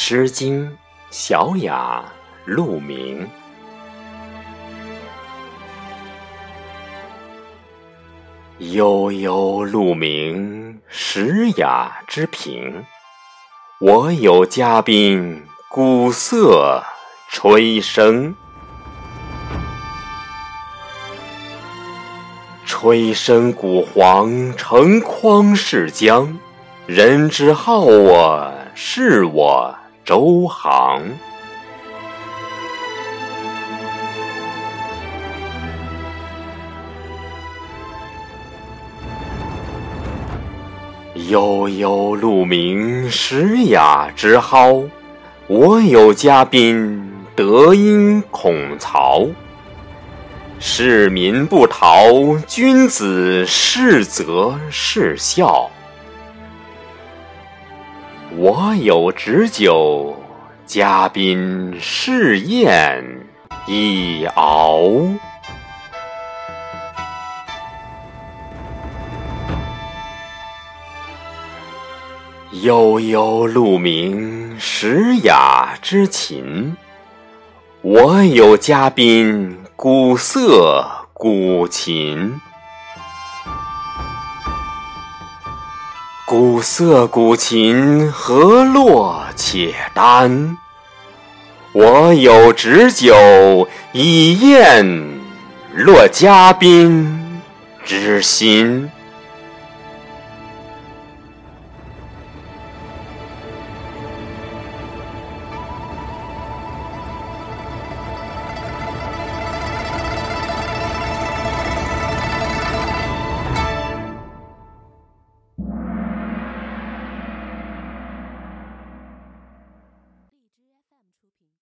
诗经·小雅·鹿鸣。悠悠鹿鸣，时雅之平。我有嘉宾，鼓瑟吹笙。吹笙鼓簧，成匡世江。人之好我，是我周行。悠悠鹿鸣，时雅之蒿。我有嘉宾，德音孔曹。市民不逃，君子是则是孝。我有旨酒，嘉宾是宴一敖。悠悠鹿鸣，时雅之琴。我有嘉宾，鼓瑟鼓琴。鼓瑟鼓琴，何洛且丹。我有旨酒，以宴落嘉宾之心。